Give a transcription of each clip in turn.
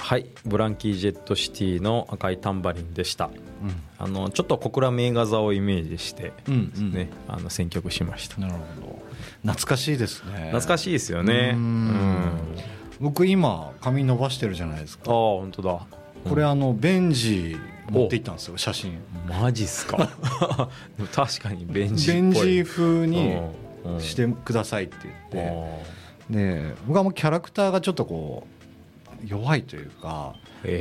はい、ブランキー・ジェット・シティの赤いタンバリンでした、ちょっと小倉名画座をイメージしてですね、選曲しました。 なるほど、懐かしいですね。 懐かしいですよね。 僕今髪伸ばしてるじゃないですか。 ああ本当だ。 これベンジ持っていったんですよ、写真。 マジっすかでも確かにベンジっぽい。 ベンジ風にしてくださいって言って、で僕はもうキャラクターがちょっとこう弱いというか、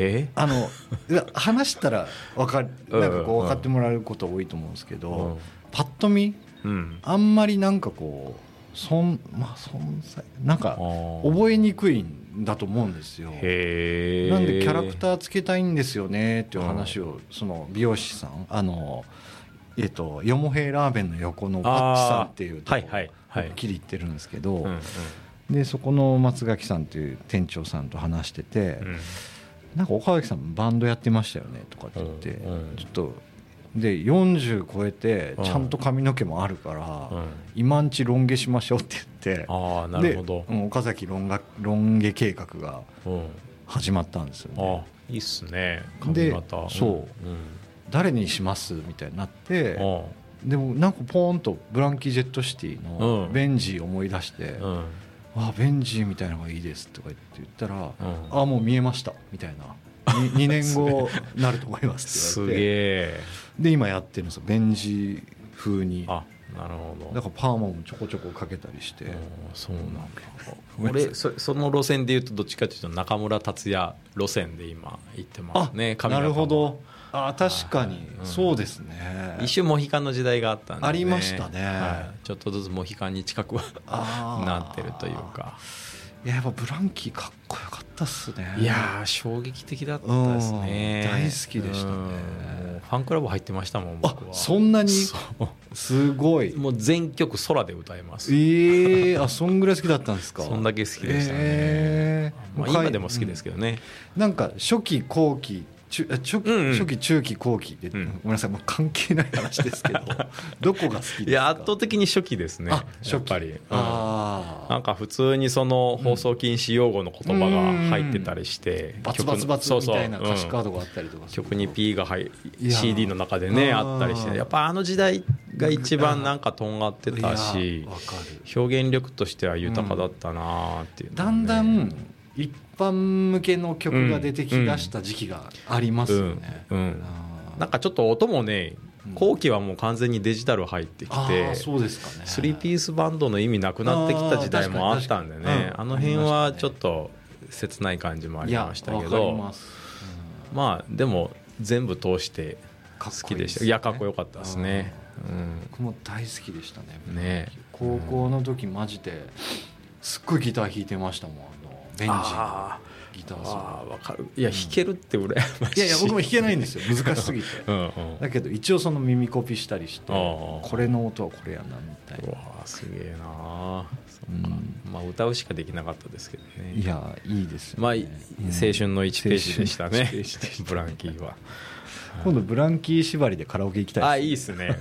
話したらなんかこう分かってもらえること多いと思うんですけど、パッと見、あんまりなんかこう存在なんか覚えにくいんだと思うんですよ。なんでキャラクターつけたいんですよねっていう話をその美容師さんよもへいラーメンの横のパッチさんっていうとこはっきり言ってるんですけど、でそこの松垣さんっていう店長さんと話してて、なんか岡垣さんバンドやってましたよねとかって言って、ちょっとで40超えてちゃんと髪の毛もあるから、今んちロン毛しましょうって言って、 なるほど。 で岡崎ロン毛計画が始まったんですよね。 いいっすね、髪型。 そう、誰にしますみたいになって、でもなんかポーンとブランキー・ジェット・シティのベンジー思い出して、ベンジーみたいなのがいいですとか言ったら、もう見えましたみたいな、2年後なると思いますって言われて、すげえ。で今やってるんですよ、ベンジ風に。なるほど。だからパーマもちょこちょこかけたりして。 そうなんだ。俺その路線でいうとどっちかというと中村達也路線で今行ってますね。 なるほど。確かにそうですね。 一瞬モヒカンの時代があったんで、 ありましたね。 ちょっとずつモヒカンに近くはなってるというか。 やっぱブランキーかっこよかったっすね。 いや衝撃的だったですね。 大好きでしたね。 ファンクラブ入ってましたもん僕は。 そんなにすごい。 もう全曲空で歌えます。 そんぐらい好きだったんですか。 そんだけ好きでしたね。今でも好きですけどね。 なんか初期後期初期中期後期で、ごめんなさい、もう関係ない話ですけどどこが好きですか。 いや圧倒的に初期ですね。やっぱりなんか普通にその放送禁止用語の言葉が入ってたりして、 バツバツバツみたいな歌詞カードがあったりとか、 曲に P がCD の中でねあったりして、やっぱ時代が一番なんかとんがってたし、表現力としては豊かだったなっていう、 だんだん一般向けの曲が出てきだした時期がありますよね。 なんかちょっと音もね、後期はもう完全にデジタル入ってきて、 そうですかね、 3ピースバンドの意味なくなってきた時代もあったんでね、あの辺はちょっと切ない感じもありましたけど、まあでも全部通して好きでした。いやかっこよかったですね。 僕も大好きでしたね。高校の時マジですっごいギター弾いてましたもん、ベンジのギターソロ。 分かる。いや弾けるって羨ましい。 いや僕も弾けないんですよ、難しすぎてだけど一応その耳コピしたりして、これの音はこれやなみたいな。 すげえな。まあ歌うしかできなかったですけどね。 いやいいですよね。 まあ青春の1ページでしたねブランキーは。 今度ブランキー縛りでカラオケ行きたいです。 いいっすね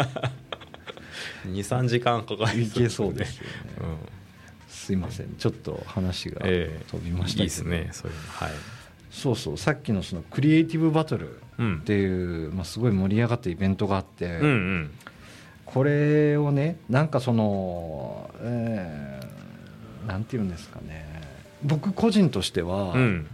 2,3 時間かかりそうですね。いけそうですよね。 すいません、ちょっと話が飛びましたけど、 いいですねそういうの。 そうさっきのそのクリエイティブバトルっていう、すごい盛り上がったイベントがあって、これをねなんかその、なんていうんですかね、僕個人としては、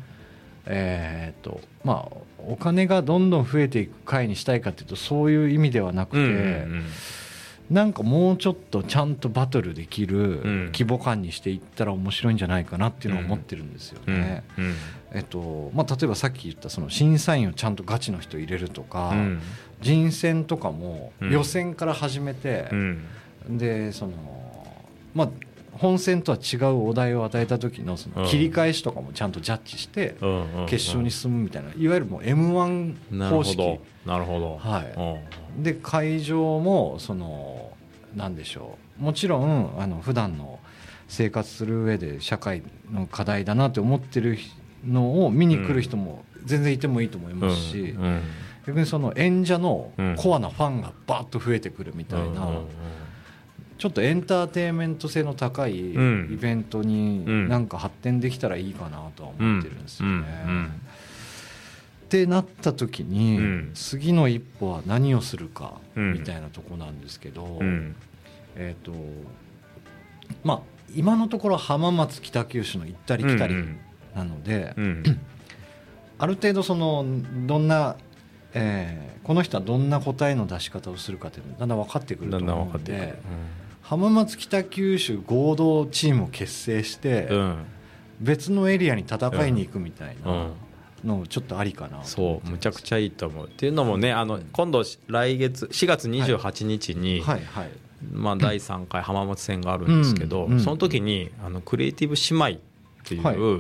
お金がどんどん増えていく会にしたいかっていうとそういう意味ではなくて、なんかもうちょっとちゃんとバトルできる規模感にしていったら面白いんじゃないかなっていうのを思ってるんですよね。例えばさっき言ったその審査員をちゃんとガチの人入れるとか、人選とかも予選から始めて、でその本戦とは違うお題を与えた時のその切り返しとかもちゃんとジャッジして決勝に進むみたいな、いわゆるもう M1 方式。 なるほど。 で会場もそのなんでしょう、もちろん普段の生活する上で社会の課題だなって思ってるのを見に来る人も全然いてもいいと思いますし、逆にその演者のコアなファンがバーッと増えてくるみたいな、 ちょっとエンターテインメント性の高いイベントになんか発展できたらいいかなとは思ってるんですよね。ってなった時に、次の一歩は何をするかみたいなとこなんですけど、まあ今のところ浜松北九州の行ったり来たりなので、ある程度そのどんな、この人はどんな答えの出し方をするかっていうのがだんだん分かってくると思うので、浜松北九州合同チームを結成して、別のエリアに戦いに行くみたいなのちょっとありかなと。 そうむちゃくちゃいいと思う。っていうのもね、今度来月4月28日に、まあ、第3回浜松戦があるんですけど、その時にクリエイティブ姉妹っていう、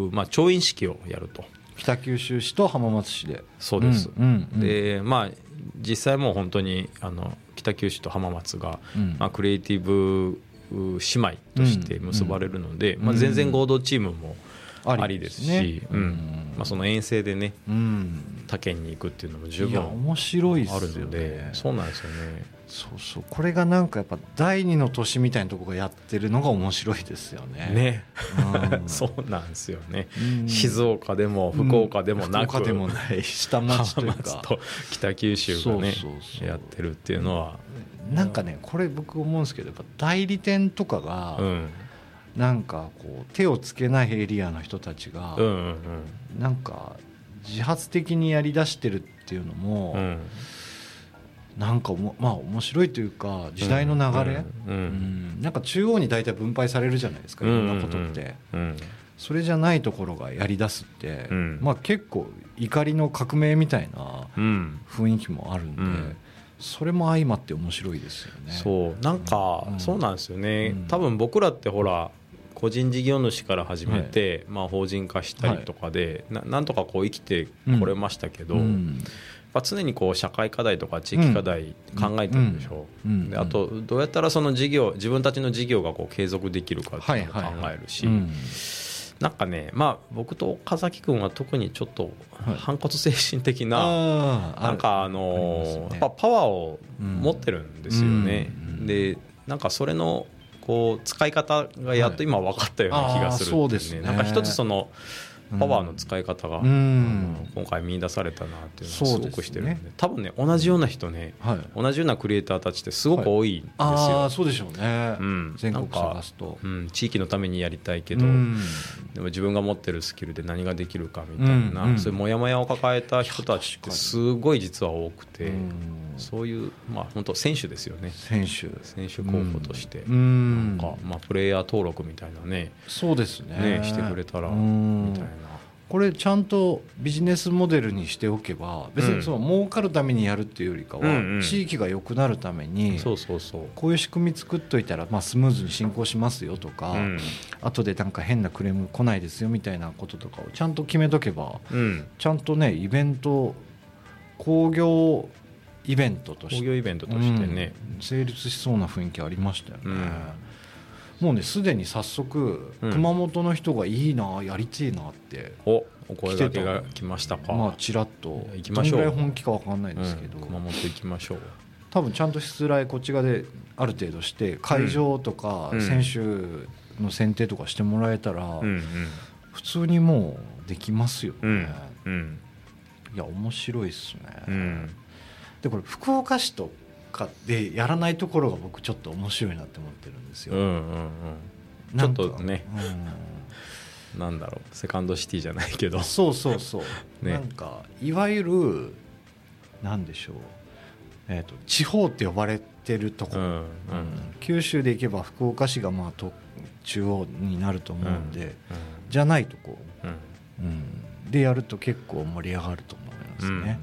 まあ、調印式をやると。 北九州市と浜松市で。 そうです、でまあ実際もう本当に北九州と浜松が、まあ、クリエイティブ姉妹として結ばれるので、まあ、全然合同チームもありですし、まあ、その遠征でね、他県に行くっていうのも十分あるので、そうなんですよね。 そうそう、これがなんかやっぱ第二の都市みたいなところがやってるのが面白いですよね。 そうなんですよね。静岡でも福岡でもなく、 福岡でもない下町というか浜松と北九州がねやってるっていうのは、 なんかね、これ僕思うんですけど、やっぱ代理店とかが、なんかこう手をつけないエリアの人たちがなんか自発的にやりだしてるっていうのも、なんかまあ面白いというか、時代の流れ、なんか中央に大体分配されるじゃないですか、いろんなことって。それじゃないところがやりだすって、まあ結構怒りの革命みたいな雰囲気もあるんで、それも相まって面白いですよね。 そうなんか、そうなんですよね。多分僕らってほら個人事業主から始めて、まあ、法人化したりとかで、なんとかこう生きてこれましたけど、常にこう社会課題とか地域課題考えてるでしょ。であとどうやったらその事業、自分たちの事業がこう継続できるかっていうのを考えるし、なんかね、まあ僕と岡崎君は特にちょっと反骨精神的な、なんかやっぱパワーを持ってるんですよね。でなんかそれのこう使い方がやっと今分かったような気がするっていうね。なんか一つそのパワーの使い方が今回見出されたなっていうのをすごくしてるんで、多分ね同じような人ね、同じようなクリエイターたちってすごく多いんですよ。 そうでしょうね。全国探すと地域のためにやりたいけど、でも自分が持ってるスキルで何ができるかみたいな、そういうモヤモヤを抱えた人たちってすごい実は多くて、そういうまあ本当選手ですよね。選手候補としてなんかまあプレイヤー登録みたいなね、 そうですね、 してくれたらみたいな。 これちゃんとビジネスモデルにしておけば、別にその儲かるためにやるっていうよりかは、地域が良くなるためにこういう仕組み作っといたらまあスムーズに進行しますよとか、後でなんか変なクレーム来ないですよみたいなこととかをちゃんと決めとけば、ちゃんとねイベント、工業イベントとしてね、成立しそうな雰囲気ありましたよね。もうねすでに早速、熊本の人がいいな、やりてえなってお声掛けが来ましたか。 まあちらっと行きましょう。どのぐらい本気か分かんないですけど、 熊本行きましょう。 多分ちゃんと出来こっち側である程度して会場とか選手の選定とかしてもらえたら、普通にもうできますよね。いや面白いっすね。でこれ福岡市とかでやらないところが僕ちょっと面白いなって思ってるんですよ。 ちょっとね、なんだろう、セカンドシティじゃないけど、 そうなんかいわゆるなんでしょう、地方って呼ばれてるところ、九州で行けば福岡市がまあ中央になると思うんで、じゃないとこ、でやると結構盛り上がると思いますね。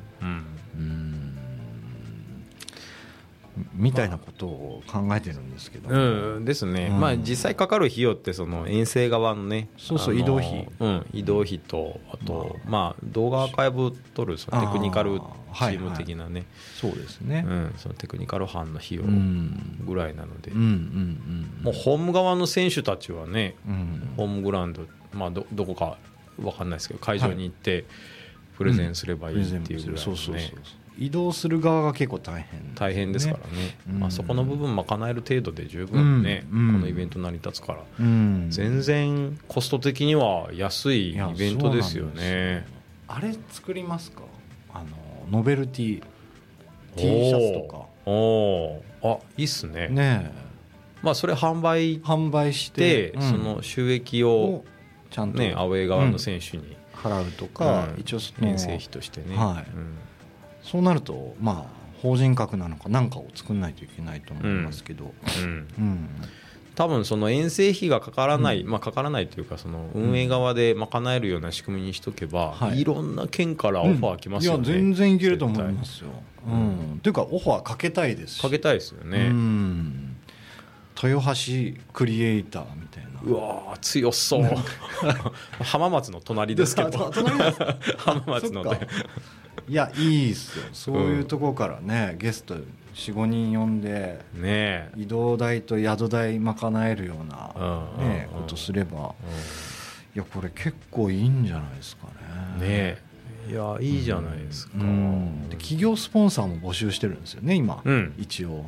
みたいなことを考えてるんですけど、 ですね。まあ実際かかる費用ってその遠征側のね、 移動費、 移動費と、あとまあ動画アーカイブを取るそのテクニカルチーム的なね、 そうですね、 そのテクニカル班の費用ぐらいなので、もうホーム側の選手たちはね、ホームグラウンド、まあどこか分かんないですけど会場に行ってプレゼンすればいいっていうぐらいのね、 移動する側が結構大変ですからね、まあ、そこの部分賄える程度で十分ね、このイベント成り立つから、全然コスト的には安いイベントですよね。 あれ作りますか、ノベルティ T シャツとか。 いいっすね。 ねえ、 まあ、それ販売して、その収益をちゃんと、 ね、アウェー側の選手に払うとか、一応遠征費としてね、 そうなるとまあ法人格なのか何かを作らないといけないと思いますけど、 多分その遠征費がかからない、かからないというか、その運営側で賄えるような仕組みにしとけば、いろんな県からオファー来ますよね。 いや全然いけると思いますよ。というかオファーかけたいですし。 かけたいですよね。 豊橋クリエイターみたいな。 うわ強そう浜松の隣ですけど浜松のいやいいっすよ、そういうところからね、ゲスト 4,5 人呼んで、移動代と宿代賄えるような、ことすれば、いやこれ結構いいんじゃないですかね。 いやいいじゃないですか。 で企業スポンサーも募集してるんですよね今、一応、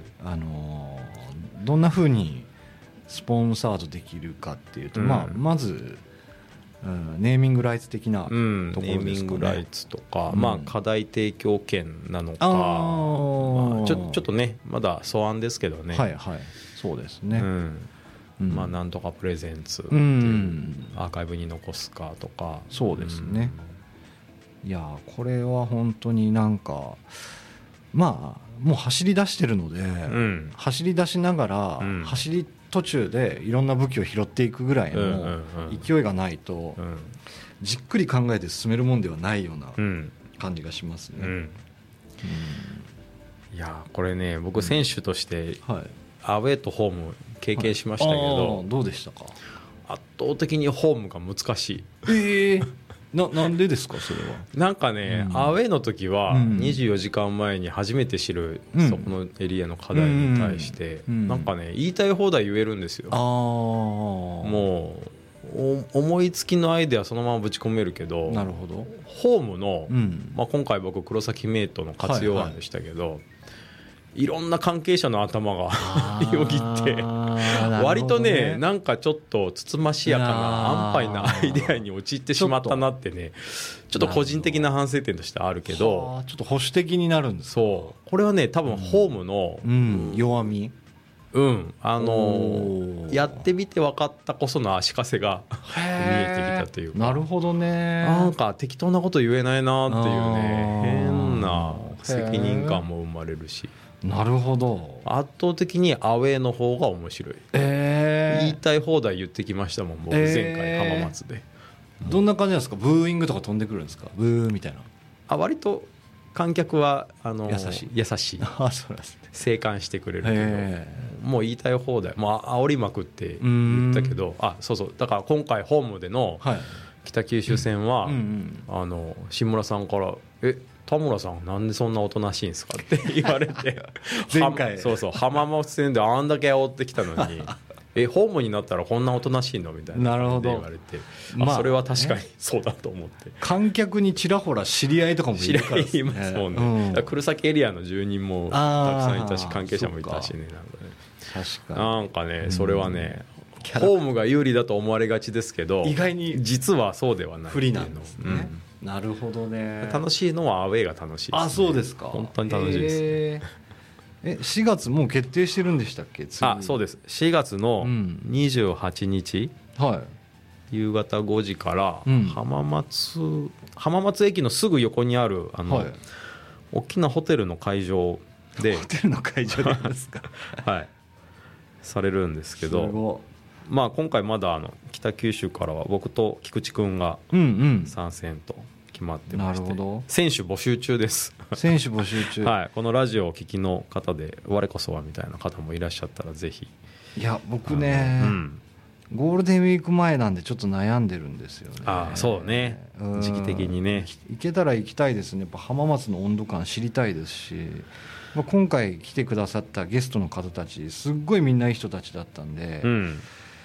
どんな風にスポンサードできるかっていうと、まず、ネーミングライツ的なところですかね。ネーミングライツとか、課題提供権なのか、ちょっとねまだ素案ですけどね。 そうですね。 なんとかプレゼンツっていうアーカイブに残すかとか。 そうですね。いやこれは本当になんかもう走り出してるので、走り出しながら、走り途中でいろんな武器を拾っていくぐらいの勢いがないと、じっくり考えて進めるもんではないような感じがしますね。 いやこれね、僕選手としてアウェーとホーム経験しましたけど、 どうでしたか？ 圧倒的にホームが難しい。 なんでですかそれは。 なんかね、アウェーの時は24時間前に初めて知るそこのエリアの課題に対してなんかね言いたい放題言えるんですよ。もう思いつきのアイデアそのままぶち込めるけど、 なるほど。 ホームの、今回僕黒崎メイトの活用案でしたけど、いろんな関係者の頭がよぎって割とねなんかちょっとつつましやかな安牌なアイデアに陥ってしまったなってね、ちょっと個人的な反省点としてあるけど、 ちょっと保守的になるんですか。 そうこれはね多分ホームの、 弱み、 やってみて分かったこその足かせが見えてきたというか。 なるほどね。 なんか適当なこと言えないなっていうね、変な責任感も生まれるし。 なるほど。 圧倒的にアウェーの方が面白い。言いたい放題言ってきましたもん僕、前回浜松で。 どんな感じなんですか？ブーイングとか飛んでくるんですか？ブーみたいな。 割と観客は優しい静観してくれるけど、もう言いたい放題、煽りまくって言ったけど、そうだから今回ホームでの北九州戦は新村さんから田村さんなんでそんなおとなしいんですかって言われて前回浜松戦であんだけ煽ってきたのにホームになったらこんなおとなしいのみたいなことで言われて、それは確かにそうだと思って、 観客にちらほら知り合いとかもいるからですね。 いますもんね。黒崎エリアの住人もたくさんいたし関係者もいたしね、なんかねそれはねホームが有利だと思われがちですけど、 意外に実はそうではない。 不利なんですね。なるほどね。 楽しいのはアウェーが楽しいですね。 そうですか。 本当に楽しいです。 4月もう決定してるんでしたっけ？ そうです。4月の28日、夕方5時から、浜松駅のすぐ横にある大きなホテルの会場でホテルの会場でですかされるんですけど、今回まだ北九州からは僕と菊池君が参戦と決まってまして、選手募集中です。 選手募集中このラジオをお聞きの方で我こそはみたいな方もいらっしゃったらぜひ。 いや僕ね、ゴールデンウィーク前なんでちょっと悩んでるんですよね。 そうね、時期的にね。 行けたら行きたいですね。やっぱ浜松の温度感知りたいですし、今回来てくださったゲストの方たちすっごいみんないい人たちだったんで、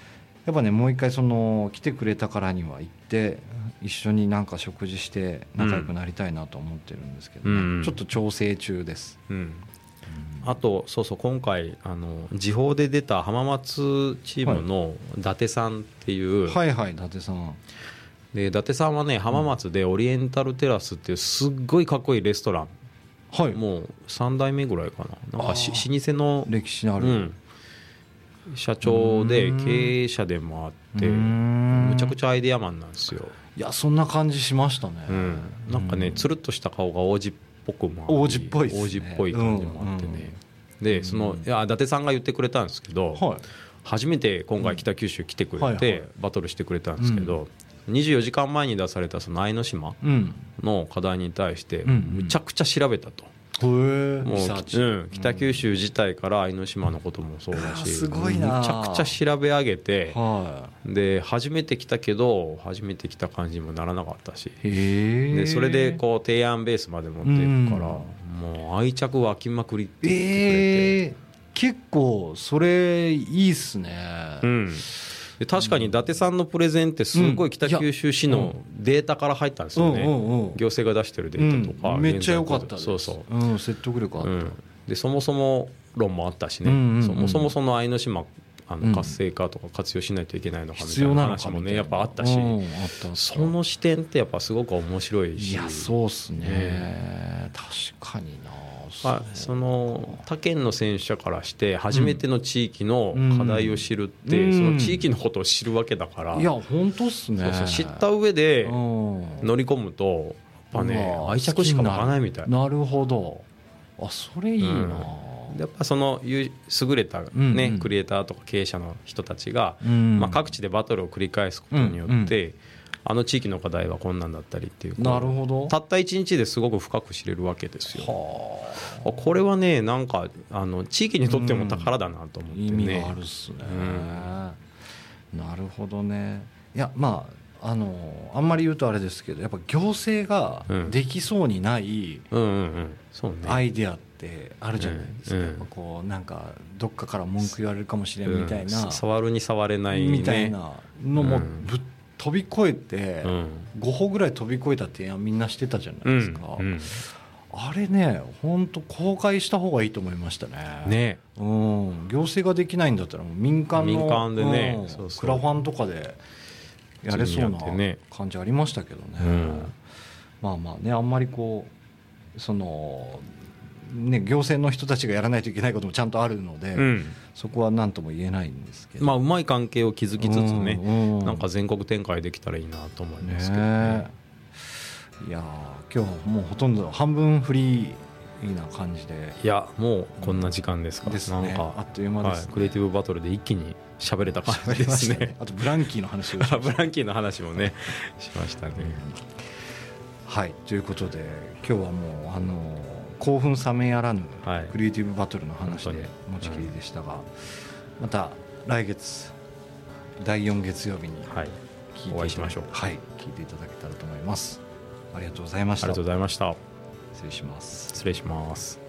やっぱねもう一回その来てくれたからには行って一緒になんか食事して仲良くなりたいなと思ってるんですけど、ねちょっと調整中です、 あとそうそう今回時報で出た浜松チームの伊達さんっていう、 はいはい伊達さんで伊達さんはね浜松でオリエンタルテラスっていうすっごいかっこいいレストラン、もう3代目ぐらいかな、なんか老舗の歴史のある、 社長で経営者でもあってむちゃくちゃアイデアマンなんですよ。 いやそんな感じしましたね、 なんかねつるっとした顔が王子っぽくもあり王子っぽいですね、 王子っぽい感じもあってね、でそのいや伊達さんが言ってくれたんですけど、初めて今回北九州来てくれてバトルしてくれたんですけど、24時間前に出されたその愛の島の課題に対してむちゃくちゃ調べたと。もう北九州自体から愛の島のこともそうだしすごいな、 むちゃくちゃ調べ上げて、で初めて来たけど初めて来た感じにもならなかったし、でそれでこう提案ベースまで持っていくから、もう愛着湧きまくりって言ってくれて、 結構それいいっすね。 で確かに伊達さんのプレゼンってすごい北九州市のデータから入ったんですよね、行政が出してるデータとか、 めっちゃ良かったです。 そうそう、 説得力あった、 でそもそも論もあったしね、そもそもその愛の島活性化とか活用しないといけないのかみたいな話もねやっぱあったし、その視点ってやっぱすごく面白いし、 いやそうっすね、確かにな。 その他県の選手者からして初めての地域の課題を知るって、その地域のことを知るわけだから、 いや本当っすね。 知った上で乗り込むとやっぱね愛着しか湧かないみたい。 なるほど、それいいな、 やっぱその優れた、ねクリエイターとか経営者の人たちが、各地でバトルを繰り返すことによって、あの地域の課題はこんなんだったりっていう、 なるほど、 たった1日ですごく深く知れるわけですよ。これはねなんか地域にとっても宝だなと思ってね、 意味があるっすね、なるほどね。いやまああんまり言うとあれですけど、やっぱ行政ができそうにないアイデアってあるじゃないですか、やっぱこうなんかどっかから文句言われるかもしれんみたいな、 触るに触れないみたいなのも飛び越えて5歩ぐらい飛び越えた提案みんなしてたじゃないですか、あれね本当公開した方がいいと思いましたね。行政ができないんだったらもう民間でね、クラファンとかでやれそうな感じありましたけどね、まあまあね、あんまりこうそのね行政の人たちがやらないといけないこともちゃんとあるので、そこは何とも言えないんですけど、 まあうまい関係を築きつつね、なんか全国展開できたらいいなと思いますけどね。 いや今日はもうほとんど半分フリーな感じで、 いやもうこんな時間ですか、なんかあっという間です、 クリエイティブバトルで一気に喋れた感じですね。 あとブランキーの話をしましたブランキーの話もねしましたね。 はいということで今日はもう興奮冷めやらぬクリエイティブバトルの話で持ちきりでしたが、また来月第4月曜日にお会いしましょう。 聞いていただけたらと思います。ありがとうございました。 ありがとうございました。 失礼します。 失礼します。